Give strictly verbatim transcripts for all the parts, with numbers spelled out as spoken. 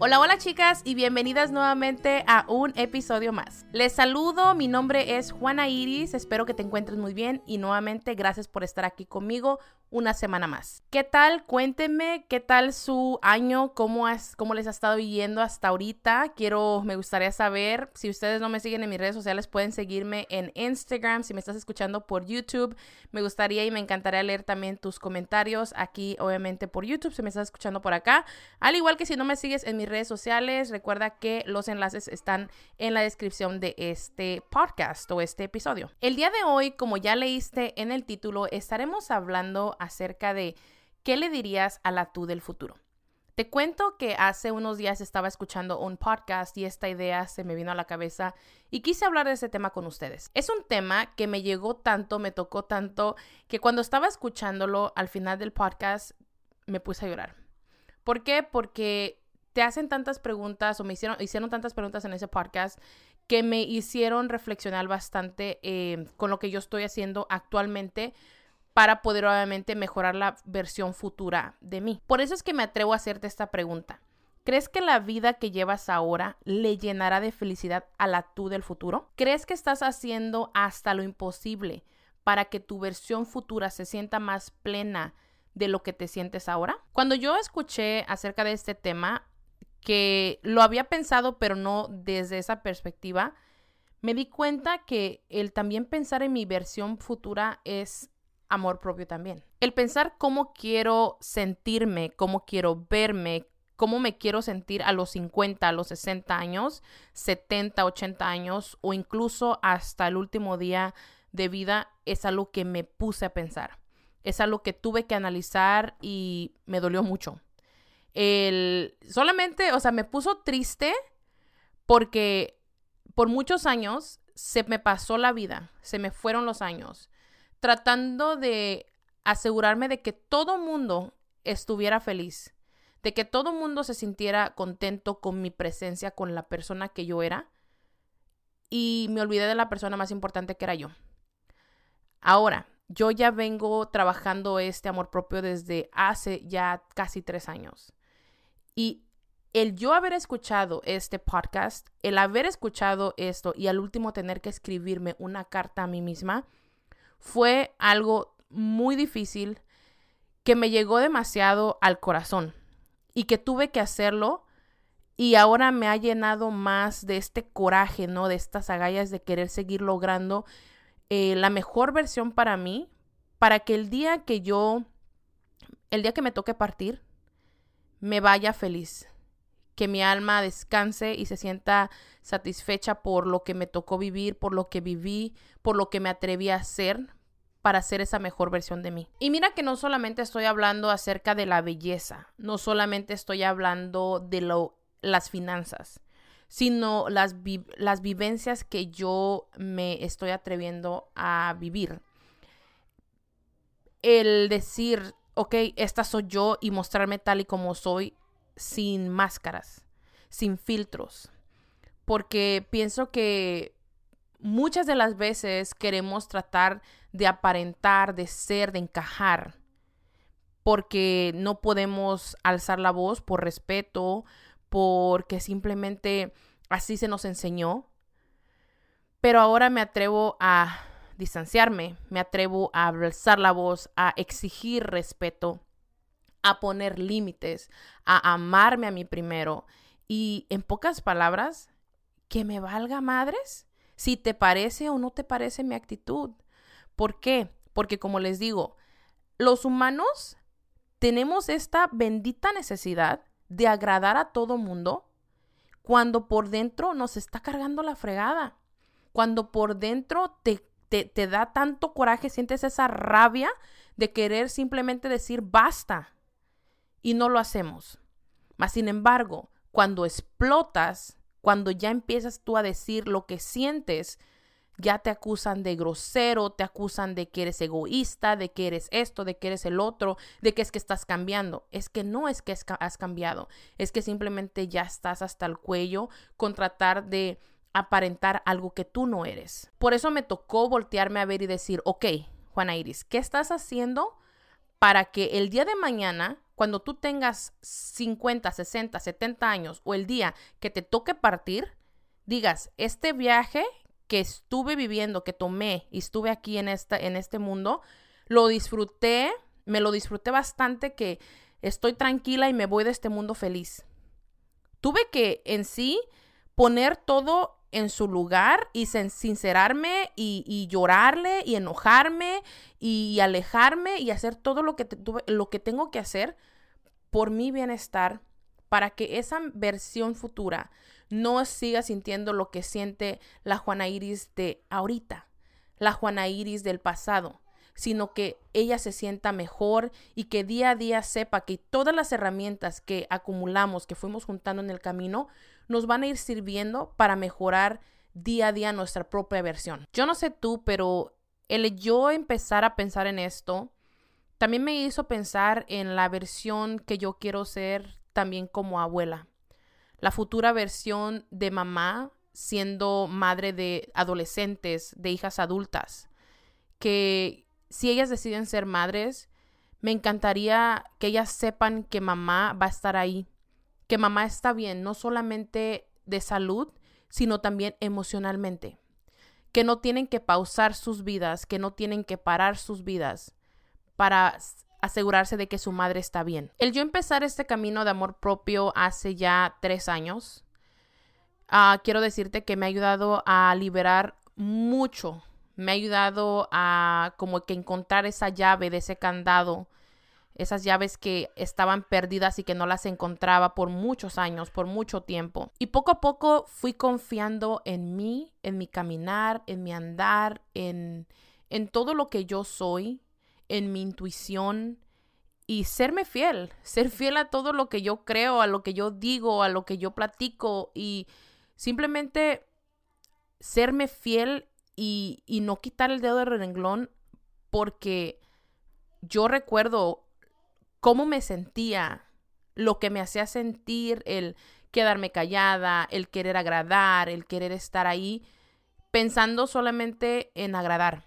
Hola, hola chicas y bienvenidas nuevamente a un episodio más. Les saludo, mi nombre es Juana Iris, espero que te encuentres muy bien y nuevamente gracias por estar aquí conmigo una semana más. ¿Qué tal? Cuéntenme, ¿qué tal su año? ¿Cómo, has, cómo les ha estado yendo hasta ahorita? Quiero, me gustaría saber, si ustedes no me siguen en mis redes sociales, pueden seguirme en Instagram, si me estás escuchando por YouTube, me gustaría y me encantaría leer también tus comentarios aquí, obviamente por YouTube, si me estás escuchando por acá, al igual que si no me sigues en mis redes sociales, recuerda que los enlaces están en la descripción de este podcast o este episodio. El día de hoy, como ya leíste en el título, estaremos hablando acerca de qué le dirías a la tú del futuro. Te cuento que hace unos días estaba escuchando un podcast y esta idea se me vino a la cabeza y quise hablar de ese tema con ustedes. Es un tema que me llegó tanto, me tocó tanto, que cuando estaba escuchándolo al final del podcast me puse a llorar. ¿Por qué? Porque te hacen tantas preguntas o me hicieron, hicieron tantas preguntas en ese podcast que me hicieron reflexionar bastante eh, con lo que yo estoy haciendo actualmente para poder obviamente mejorar la versión futura de mí. Por eso es que me atrevo a hacerte esta pregunta. ¿Crees que la vida que llevas ahora le llenará de felicidad a la tú del futuro? ¿Crees que estás haciendo hasta lo imposible para que tu versión futura se sienta más plena de lo que te sientes ahora? Cuando yo escuché acerca de este tema, que lo había pensado pero no desde esa perspectiva, me di cuenta que el también pensar en mi versión futura es amor propio también. El pensar cómo quiero sentirme, cómo quiero verme, cómo me quiero sentir a los cincuenta, a los sesenta años, setenta, ochenta años o incluso hasta el último día de vida es algo que me puse a pensar. Es algo que tuve que analizar y me dolió mucho. El, solamente, o sea, me puso triste porque por muchos años se me pasó la vida, se me fueron los años, tratando de asegurarme de que todo mundo estuviera feliz, de que todo mundo se sintiera contento con mi presencia, con la persona que yo era, y me olvidé de la persona más importante que era yo. Ahora, yo ya vengo trabajando este amor propio desde hace ya casi tres años. Y el yo haber escuchado este podcast, el haber escuchado esto y al último tener que escribirme una carta a mí misma, fue algo muy difícil que me llegó demasiado al corazón y que tuve que hacerlo y ahora me ha llenado más de este coraje, ¿no? De estas agallas de querer seguir logrando eh, la mejor versión para mí, para que el día que yo, el día que me toque partir, me vaya feliz, que mi alma descanse y se sienta satisfecha por lo que me tocó vivir, por lo que viví, por lo que me atreví a hacer para ser esa mejor versión de mí. Y mira que no solamente estoy hablando acerca de la belleza, no solamente estoy hablando de lo, las finanzas, sino las, vi- las vivencias que yo me estoy atreviendo a vivir. El decir, ok, esta soy yo y mostrarme tal y como soy sin máscaras, sin filtros. Porque pienso que muchas de las veces queremos tratar de aparentar, de ser, de encajar. Porque no podemos alzar la voz por respeto, porque simplemente así se nos enseñó. Pero ahora me atrevo a distanciarme, me atrevo a alzar la voz, a exigir respeto, a poner límites, a amarme a mí primero. Y en pocas palabras, que me valga madres si te parece o no te parece mi actitud. ¿Por qué? Porque como les digo, los humanos tenemos esta bendita necesidad de agradar a todo mundo cuando por dentro nos está cargando la fregada. Cuando por dentro te Te, te da tanto coraje, sientes esa rabia de querer simplemente decir basta y no lo hacemos. Mas sin embargo, cuando explotas, cuando ya empiezas tú a decir lo que sientes, ya te acusan de grosero, te acusan de que eres egoísta, de que eres esto, de que eres el otro, de que es que estás cambiando. Es que no es que has cambiado, es que simplemente ya estás hasta el cuello con tratar de aparentar algo que tú no eres. Por eso me tocó voltearme a ver y decir, ok, Juana Iris, ¿qué estás haciendo para que el día de mañana, cuando tú tengas cincuenta, sesenta, setenta años o el día que te toque partir, digas, este viaje que estuve viviendo, que tomé y estuve aquí en, esta, en este mundo, lo disfruté, me lo disfruté bastante, que estoy tranquila y me voy de este mundo feliz. Tuve que en sí poner todo en su lugar y sincerarme y, y llorarle y enojarme y, y alejarme y hacer todo lo que, te, tuve, lo que tengo que hacer por mi bienestar, para que esa versión futura no siga sintiendo lo que siente la Juana Iris de ahorita, la Juana Iris del pasado, sino que ella se sienta mejor y que día a día sepa que todas las herramientas que acumulamos, que fuimos juntando en el camino, nos van a ir sirviendo para mejorar día a día nuestra propia versión. Yo no sé tú, pero el yo empezar a pensar en esto también me hizo pensar en la versión que yo quiero ser también como abuela. La futura versión de mamá siendo madre de adolescentes, de hijas adultas, que si ellas deciden ser madres, me encantaría que ellas sepan que mamá va a estar ahí, que mamá está bien, no solamente de salud, sino también emocionalmente, que no tienen que pausar sus vidas, que no tienen que parar sus vidas para asegurarse de que su madre está bien. El yo empezar este camino de amor propio hace ya tres años, uh, quiero decirte que me ha ayudado a liberar mucho, me ha ayudado a como que encontrar esa llave de ese candado, esas llaves que estaban perdidas y que no las encontraba por muchos años, por mucho tiempo. Y poco a poco fui confiando en mí, en mi caminar, en mi andar, en, en todo lo que yo soy, en mi intuición y serme fiel, ser fiel a todo lo que yo creo, a lo que yo digo, a lo que yo platico y simplemente serme fiel y, y no quitar el dedo del renglón, porque yo recuerdo cómo me sentía, lo que me hacía sentir el quedarme callada, el querer agradar, el querer estar ahí, pensando solamente en agradar.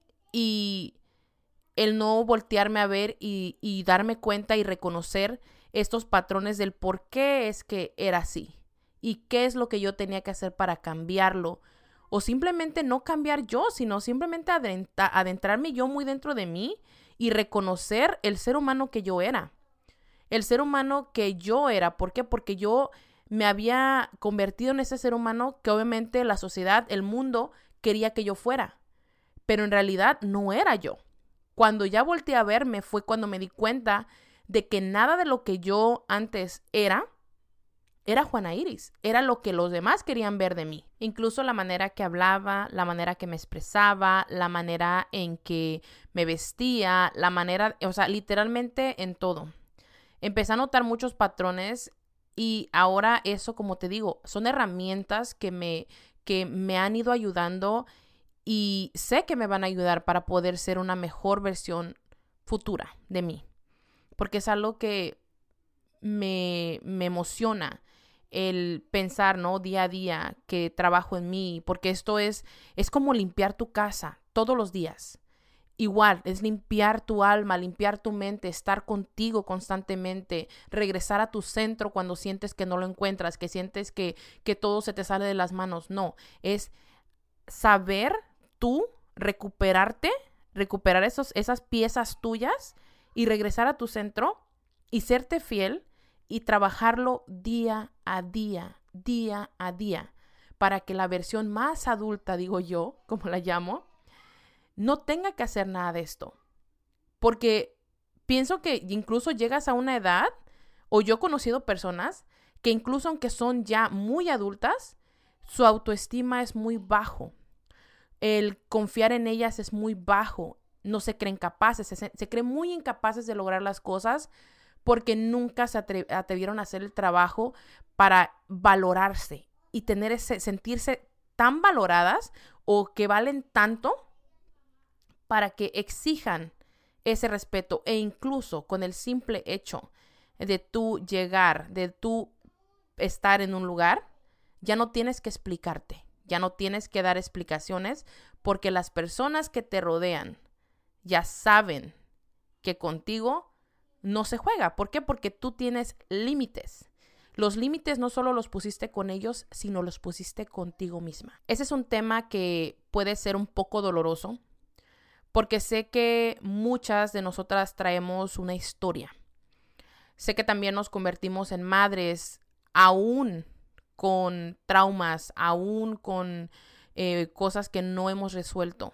Y el no voltearme a ver y, y darme cuenta y reconocer estos patrones del por qué es que era así. Y qué es lo que yo tenía que hacer para cambiarlo. O simplemente no cambiar yo, sino simplemente adentra- adentrarme yo muy dentro de mí y reconocer el ser humano que yo era. El ser humano que yo era. ¿Por qué? Porque yo me había convertido en ese ser humano que obviamente la sociedad, el mundo, quería que yo fuera. Pero en realidad no era yo. Cuando ya volteé a verme fue cuando me di cuenta de que nada de lo que yo antes era, era Juana Iris. Era lo que los demás querían ver de mí. Incluso la manera que hablaba, la manera que me expresaba, la manera en que me vestía, la manera, o sea, literalmente en todo. Empecé a notar muchos patrones y ahora eso, como te digo, son herramientas que me, que me han ido ayudando y sé que me van a ayudar para poder ser una mejor versión futura de mí. Porque es algo que me, me emociona el pensar, ¿no? Día a día que trabajo en mí. Porque esto es, es como limpiar tu casa todos los días. Igual, es limpiar tu alma, limpiar tu mente, estar contigo constantemente, regresar a tu centro cuando sientes que no lo encuentras, que sientes que, que todo se te sale de las manos. No, es saber tú recuperarte, recuperar esos, esas piezas tuyas y regresar a tu centro y serte fiel y trabajarlo día a día, día a día, para que la versión más adulta, digo yo, como la llamo, no tenga que hacer nada de esto. Porque pienso que incluso llegas a una edad, o yo he conocido personas que incluso aunque son ya muy adultas, su autoestima es muy bajo. El confiar en ellas es muy bajo. No se creen capaces, se, se creen muy incapaces de lograr las cosas porque nunca se atre- atrevieron a hacer el trabajo para valorarse y tener ese, sentirse tan valoradas o que valen tanto para que exijan ese respeto. E incluso con el simple hecho de tú llegar, de tú estar en un lugar, ya no tienes que explicarte, ya no tienes que dar explicaciones, porque las personas que te rodean ya saben que contigo no se juega. ¿Por qué? Porque tú tienes límites. Los límites no solo los pusiste con ellos, sino los pusiste contigo misma. Ese es un tema que puede ser un poco doloroso, porque sé que muchas de nosotras traemos una historia. Sé que también nos convertimos en madres aún con traumas, aún con eh, cosas que no hemos resuelto.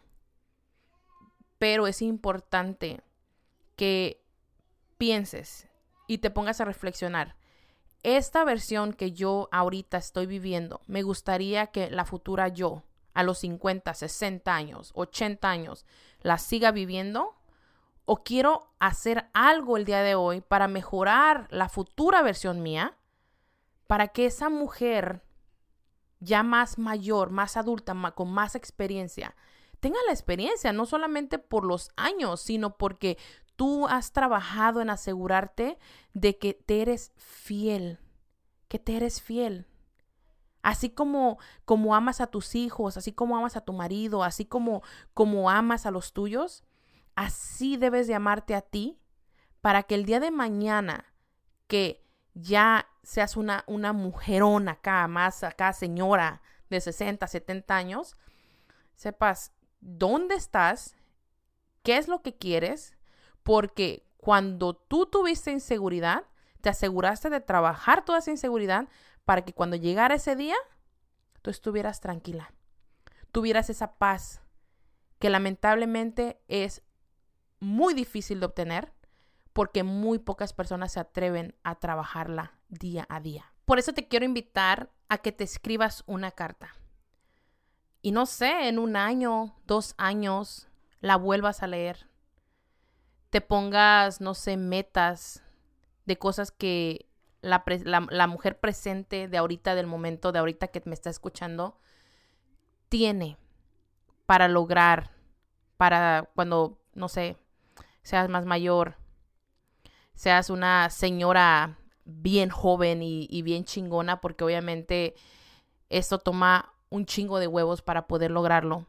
Pero es importante que pienses y te pongas a reflexionar. Esta versión que yo ahorita estoy viviendo, me gustaría que la futura yo, a los cincuenta, sesenta años, ochenta años, la siga viviendo, o quiero hacer algo el día de hoy para mejorar la futura versión mía, para que esa mujer ya más mayor, más adulta, con más experiencia, tenga la experiencia, no solamente por los años, sino porque tú has trabajado en asegurarte de que te eres fiel, que te eres fiel. Así como, como amas a tus hijos, así como amas a tu marido, así como, como amas a los tuyos, así debes de amarte a ti para que el día de mañana que ya seas una, una mujerona acá, más acá señora de sesenta, setenta años, sepas dónde estás, qué es lo que quieres, porque cuando tú tuviste inseguridad, te aseguraste de trabajar toda esa inseguridad para que cuando llegara ese día, tú estuvieras tranquila, tuvieras esa paz que lamentablemente es muy difícil de obtener porque muy pocas personas se atreven a trabajarla día a día. Por eso te quiero invitar a que te escribas una carta. Y no sé, en un año, dos años, la vuelvas a leer. Te pongas, no sé, metas de cosas que la, la, la mujer presente de ahorita, del momento de ahorita que me está escuchando, tiene para lograr, para cuando, no sé, seas más mayor, seas una señora bien joven y, y bien chingona, porque obviamente esto toma un chingo de huevos para poder lograrlo.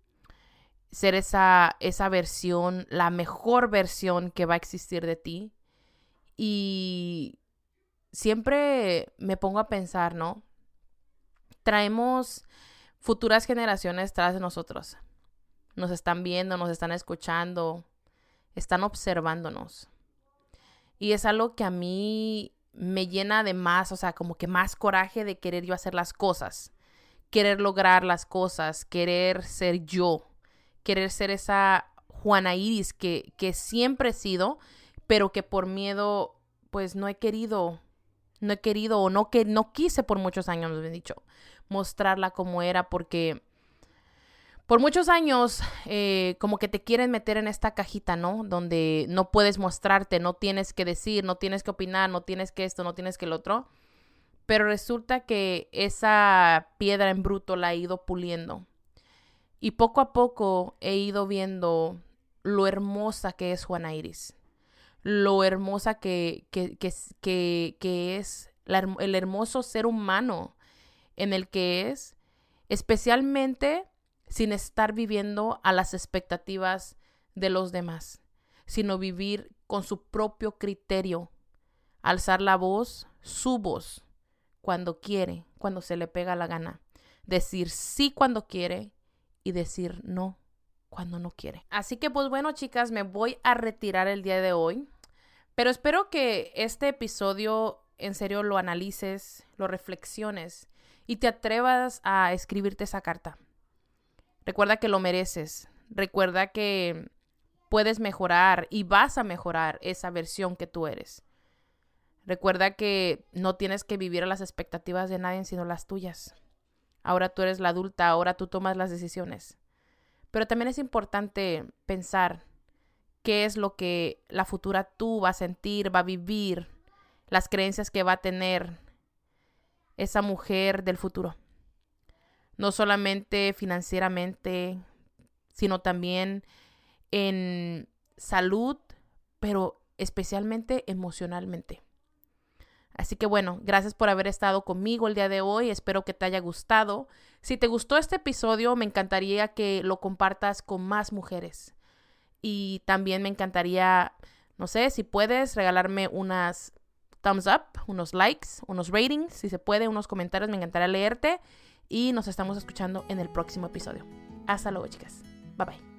Ser esa, esa versión, la mejor versión que va a existir de ti. Y siempre me pongo a pensar, ¿no? Traemos futuras generaciones tras de nosotros. Nos están viendo, nos están escuchando, están observándonos. Y es algo que a mí me llena de más, o sea, como que más coraje de querer yo hacer las cosas, querer lograr las cosas, querer ser yo, querer ser esa Juana Iris que, que siempre he sido, pero que por miedo, pues no he querido, no he querido o no, que, no quise por muchos años, me he dicho, mostrarla como era, porque por muchos años eh, como que te quieren meter en esta cajita, ¿no? Donde no puedes mostrarte, no tienes que decir, no tienes que opinar, no tienes que esto, no tienes que el otro. Pero resulta que esa piedra en bruto la he ido puliendo. Y poco a poco he ido viendo lo hermosa que es Juana Iris. Lo hermosa que, que, que, que, que es la, el hermoso ser humano en el que es, especialmente sin estar viviendo a las expectativas de los demás, sino vivir con su propio criterio, alzar la voz, su voz, cuando quiere, cuando se le pega la gana, decir sí cuando quiere y decir no cuando no quiere. Así que pues bueno, chicas, me voy a retirar el día de hoy, pero espero que este episodio en serio lo analices, lo reflexiones y te atrevas a escribirte esa carta. Recuerda que lo mereces. Recuerda que puedes mejorar y vas a mejorar esa versión que tú eres. Recuerda que no tienes que vivir a las expectativas de nadie sino las tuyas. Ahora tú eres la adulta, ahora tú tomas las decisiones. Pero también es importante pensar qué es lo que la futura tú va a sentir, va a vivir, las creencias que va a tener esa mujer del futuro. No solamente financieramente, sino también en salud, pero especialmente emocionalmente. Así que bueno, gracias por haber estado conmigo el día de hoy. Espero que te haya gustado. Si te gustó este episodio, me encantaría que lo compartas con más mujeres. Y también me encantaría No sé, si puedes regalarme unas thumbs up, unos likes, unos ratings, si se puede, unos comentarios, me encantaría leerte. Y nos estamos escuchando en el próximo episodio. Hasta luego, chicas. Bye bye.